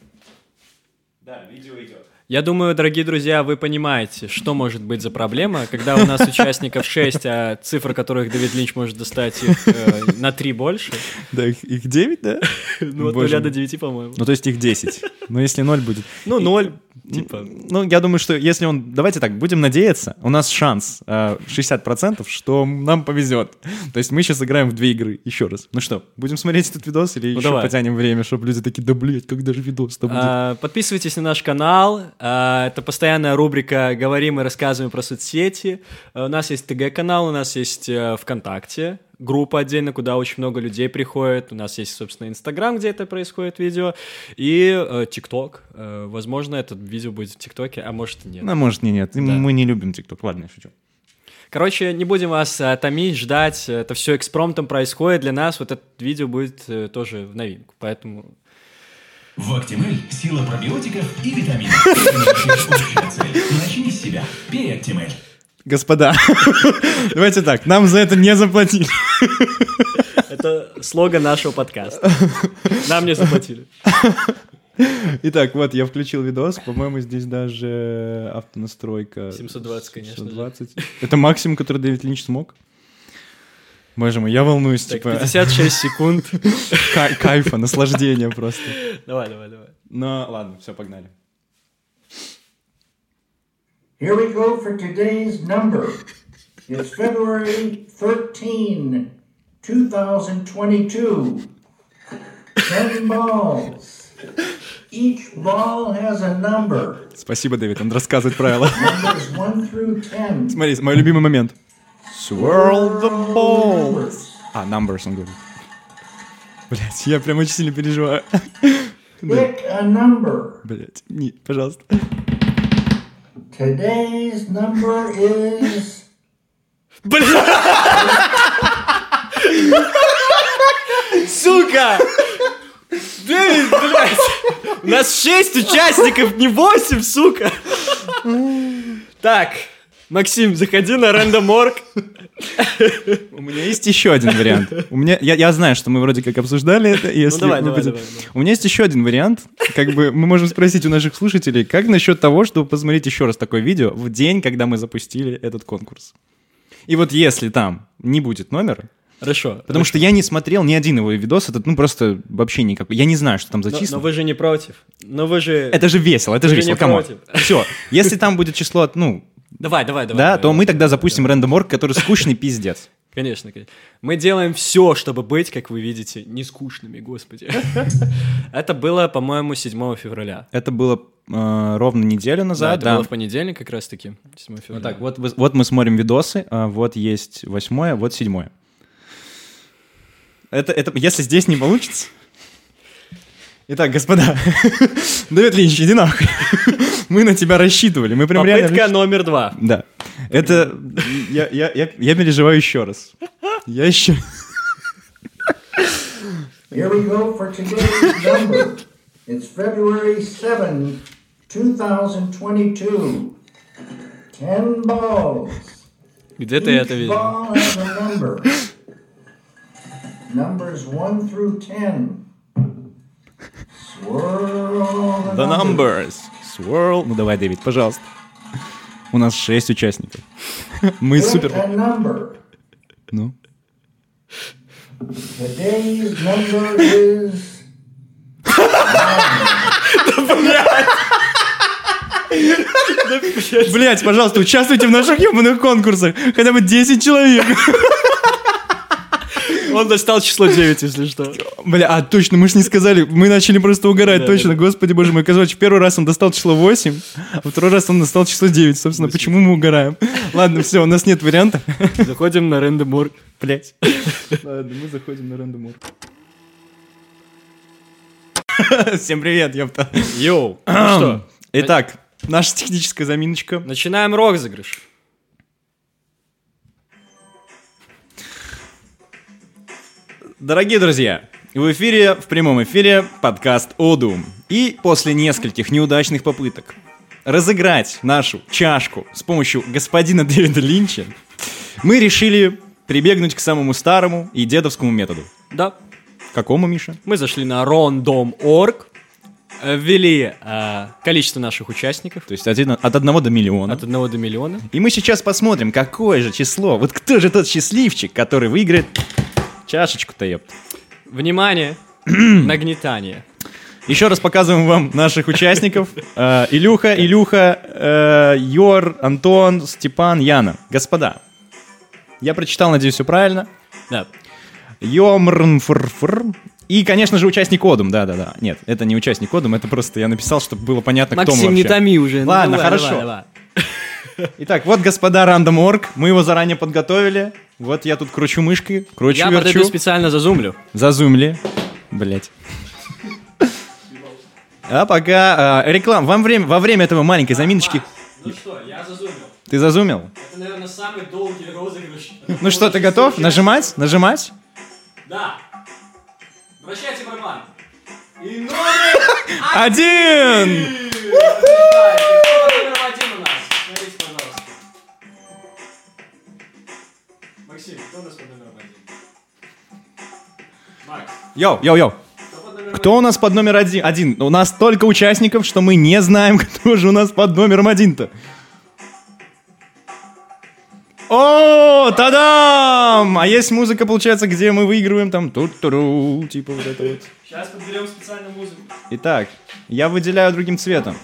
Да, видео идет. Я думаю, дорогие друзья, вы понимаете, что может быть за проблема, когда у нас участников 6, а цифр, которых Дэвид Линч может достать их на 3 больше. Да, их 9, да? Ну, от 0 до 9, по-моему. Ну, то есть их 10. Но если 0 будет... Ну, 0, типа... Ну, я думаю, что если он... Давайте так, будем надеяться, у нас шанс 60%, что нам повезет. То есть мы сейчас играем в 2 игры. Еще раз. Ну что, будем смотреть этот видос или еще потянем время, чтобы люди такие, да, блядь, когда же видос-то будет? Подписывайтесь на наш канал. Это постоянная рубрика «Говорим и рассказываем про соцсети». У нас есть ТГ-канал, у нас есть ВКонтакте, группа отдельно, куда очень много людей приходит. У нас есть, собственно, Инстаграм, где это происходит видео, и ТикТок. Возможно, это видео будет в ТикТоке, а может и нет. А может и нет. Да. Мы не любим ТикТок. Ладно, я шучу. Короче, не будем вас томить, ждать. Это все экспромтом происходит. Для нас вот это видео будет тоже в новинку, поэтому... В Актимель сила пробиотиков и витаминов. Это не общая цель. Начни с себя. Пей Актимель. Господа, давайте так, нам за это не заплатили. Это слоган нашего подкаста. Нам не заплатили. Итак, вот, я включил видос. По-моему, здесь даже автонастройка... 720, конечно 720. Это максимум, который Дэвид Линч смог? Боже мой, я волнуюсь, так, типа... 56 секунд. Кайфа, наслаждения просто. Давай. Ну, ладно, все, погнали. Here we go for today's number. It's February 13, 2022. 10 balls. Each ball has a number. Спасибо, Дэвид, он рассказывает правила. Numbers 1 through 10. Смотри, мой любимый момент. Swirl the ball. Numbers, он говорит. Блять, я прям очень сильно переживаю. Pick a number. Блять, не, пожалуйста. Today's number is... Сука! Дэвид, блядь! У нас 6 участников, не 8, сука! Так, Максим, заходи на Random.org. У меня есть еще один вариант. Я знаю, что мы вроде как обсуждали это. Давай. У меня есть еще один вариант. Как бы мы можем спросить у наших слушателей, как насчет того, чтобы посмотреть еще раз такое видео в день, когда мы запустили этот конкурс. И вот если там не будет номера, Хорошо. потому что я не смотрел ни один его видос, это просто вообще никакой. Я не знаю, что там за число. Но вы же не против. Но вы же... Это же весело, Вы же не камон. против. Все, если там будет число, Давай. да, то мы тогда запустим Random.org, который скучный пиздец. Конечно. Мы делаем все, чтобы быть, как вы видите, не скучными, господи. Это было, по-моему, 7 февраля. Это было ровно неделю назад. Это было в понедельник как раз-таки, 7 февраля. Так, вот мы смотрим видосы, вот есть 8, вот 7. Это если здесь не получится... Итак, господа, Дэвид Линч, иди нахуй. Мы на тебя рассчитывали. Мы прям реально... Попытка номер 2. Да. Это... Я переживаю еще раз. Я еще... Here we go for today's number. It's February 7, 2022. 10 balls. Где ты это Each видел? ball has a number. Numbers 1 through 10. Swirl The numbers. Swirl. Ну давай, Дэвид, пожалуйста. У нас 6 участников. Мы Pick супер... a number. Ну? Today's number is... Блять, пожалуйста, участвуйте в наших ебаных конкурсах. Хотя бы 10 человек. Он достал число 9, если что. Бля, точно, мы же не сказали. Мы начали просто угорать, точно. Господи боже мой, короче, первый раз он достал число 8, а второй раз он достал число 9. Собственно, почему мы угораем? Ладно, все, у нас нет вариантов. Заходим на Random.org. Блять. Ладно, мы заходим на Random.org. Всем привет, ёпта. Йоу. Ну что, Итак, наша техническая заминочка. начинаем розыгрыш. Дорогие друзья, в прямом эфире подкаст «Одум». И после нескольких неудачных попыток разыграть нашу чашку с помощью господина Дэвида Линча, мы решили прибегнуть к самому старому и дедовскому методу. Да. Какому, Миша? Мы зашли на random.org, ввели количество наших участников. То есть от 1 до миллиона. От 1 до миллиона. И мы сейчас посмотрим, какое же число. Вот кто же тот счастливчик, который выиграет чашечку-то, ёпт. Внимание, нагнетание. Еще раз показываем вам наших участников. Илюха, Йор, Антон, Степан, Яна. Господа, я прочитал, надеюсь, все правильно. Да. Йомрнфрфр. И, конечно же, участник Одум. Да. Нет, это не участник Одум, это просто я написал, чтобы было понятно, кто мы Максим, вообще. не томи уже. Ну, Ладно, давай, хорошо. давай. Итак, вот, господа, Random.org. Мы его заранее подготовили. Вот я тут кручу мышкой, Я верчу. подойду специально зазумлю. Зазумли. Блять. А пока реклама. Во время этого маленькой заминочки. Ну что, я зазумил. Ты зазумил? Это, наверное, самый долгий розыгрыш. Ну что, ты готов? Нажимать? Да. Вращайте барабан. И номер 1! Кто номер 1 у нас? Смотрите, пожалуйста. Максим, кто у нас под номером 1? Макс. Йоу. Кто у нас под номер 1? У нас столько участников, что мы не знаем, кто же у нас под номером 1-то. О, тадам! А есть музыка, получается, где мы выигрываем там ту-туру, типа вот это вот. Сейчас подберем специальную музыку. Итак, я выделяю другим цветом.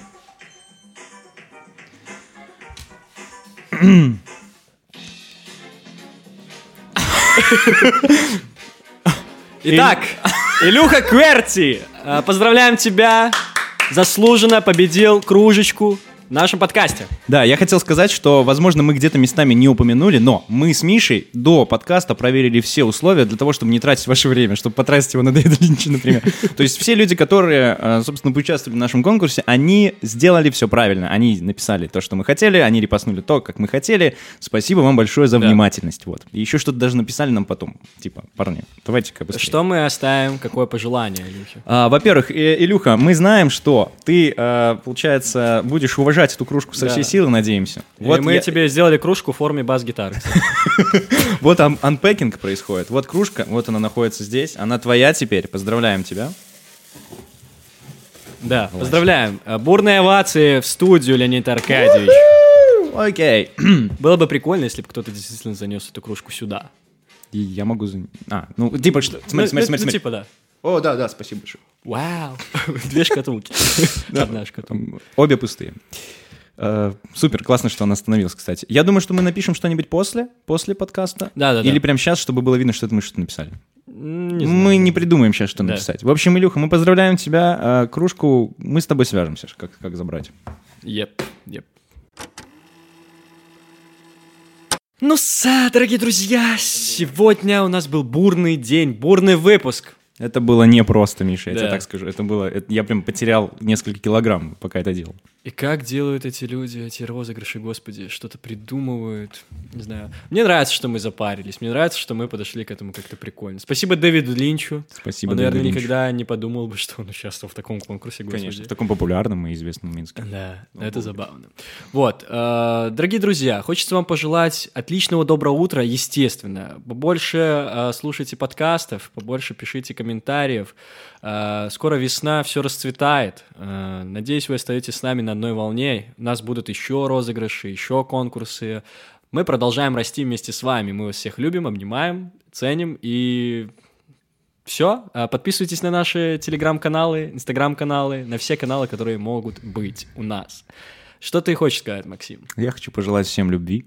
Итак, Илюха Кверти, поздравляем тебя заслуженно победил кружечку в нашем подкасте. Да, я хотел сказать, что, возможно, мы где-то местами не упомянули, но мы с Мишей до подкаста проверили все условия для того, чтобы не тратить ваше время, чтобы потратить его на Дэвида Линча, например. То есть все люди, которые, собственно, поучаствовали в нашем конкурсе, они сделали все правильно. Они написали то, что мы хотели, они репостнули то, как мы хотели. Спасибо вам большое за внимательность. Вот. И еще что-то даже написали нам потом. Типа, парни, давайте-ка быстрее. Что мы оставим? Какое пожелание, Илюхе? Во-первых, Илюха, мы знаем, что ты, получается, будешь уважать эту кружку со всей силы, надеемся. И мы тебе сделали кружку в форме бас-гитары. Вот анпекинг происходит. Вот кружка, вот она находится здесь. Она твоя теперь. Поздравляем тебя. Да, поздравляем. Бурные овации в студию, Леонид Аркадьевич. Окей. Было бы прикольно, если бы кто-то действительно занес эту кружку сюда. И я могу... типа, что... Смотри. Типа, да. О, да, спасибо большое. Вау. 2 шкатулки. Одна шкатулка. Обе пустые. Супер, классно, что он остановился, кстати. Я думаю, что мы напишем что-нибудь после подкаста. Да. Или прямо сейчас, чтобы было видно, что это мы что-то написали. Не знаю. Мы не придумаем сейчас, что написать. В общем, Илюха, мы поздравляем тебя. Кружку мы с тобой свяжемся, как забрать. Еп. Ну, дорогие друзья, сегодня у нас был бурный день, бурный выпуск. Это было непросто, Миша, я Да. тебе так скажу. Я прям потерял несколько килограмм, пока это делал. И как делают эти люди, эти розыгрыши, господи, что-то придумывают, не знаю. Мне нравится, что мы запарились, мне нравится, что мы подошли к этому как-то прикольно. Спасибо Дэвиду Линчу. Спасибо, Он, Дэвиду наверное, Линчу. никогда не подумал бы, что он участвовал в таком конкурсе, господи. Конечно, в таком популярном и известном Минске. Да, это забавно. Вот, дорогие друзья, хочется вам пожелать отличного доброго утра, естественно. Побольше слушайте подкастов, побольше пишите комментариев. Скоро весна, все расцветает. Надеюсь, вы остаетесь с нами на одной волне. У нас будут еще розыгрыши, еще конкурсы. Мы продолжаем расти вместе с вами. Мы вас всех любим, обнимаем, ценим. И все. Подписывайтесь на наши телеграм-каналы, инстаграм-каналы, на все каналы, которые могут быть у нас. Что ты хочешь сказать, Максим? Я хочу пожелать всем любви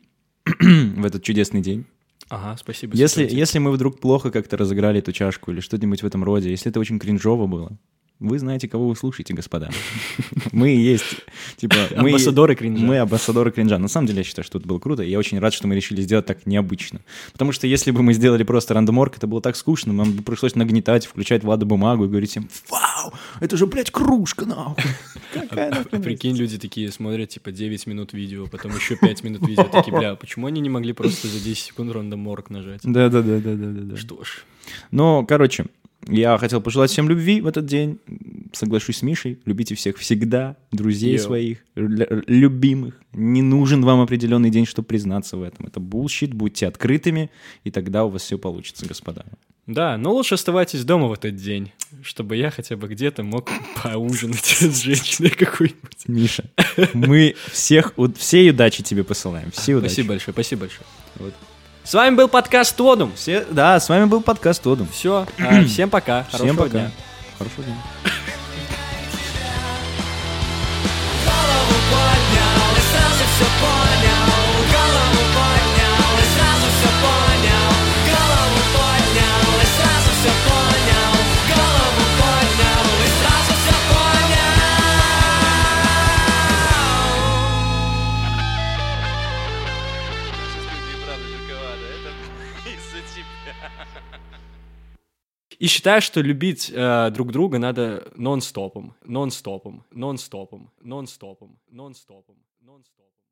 в этот чудесный день. Ага, спасибо. Если мы вдруг плохо как-то разыграли эту чашку или что-нибудь в этом роде, если это очень кринжово было, вы знаете, кого вы слушаете, господа. Мы есть, типа... Амбассадоры кринжа. Мы амбассадоры кринжа. На самом деле, я считаю, что это было круто, и я очень рад, что мы решили сделать так необычно. Потому что если бы мы сделали просто рандоморк, это было так скучно, нам бы пришлось нагнетать, включать Владу бумагу и говорить всем: «Вау, это же, блядь, кружка, нахуй!» Прикинь, люди такие смотрят, типа, 9 минут видео, потом еще 5 минут видео, такие, бля, почему они не могли просто за 10 секунд рандоморк нажать? Да. Что ж. Ну, короче, я хотел пожелать всем любви в этот день. Соглашусь с Мишей. Любите всех всегда, друзей своих, любимых. Не нужен вам определенный день, чтобы признаться в этом. Это булщит. Будьте открытыми, и тогда у вас все получится, господа. Да, но лучше оставайтесь дома в этот день, чтобы я хотя бы где-то мог поужинать с женщиной какой-нибудь. Миша, мы всей удачи тебе посылаем. Все удачи. Спасибо большое. Вот. С вами был подкаст Тодум. Да, с вами был подкаст Тодум. Все, всем пока. Всем Хорошего пока. дня. Хорошего дня. Голову поднял и сразу все понял. Голову поднял и сразу все понял. Голову поднял и сразу все понял. Голову поднял и сразу все понял. И считаю, что любить друг друга надо нон-стопом.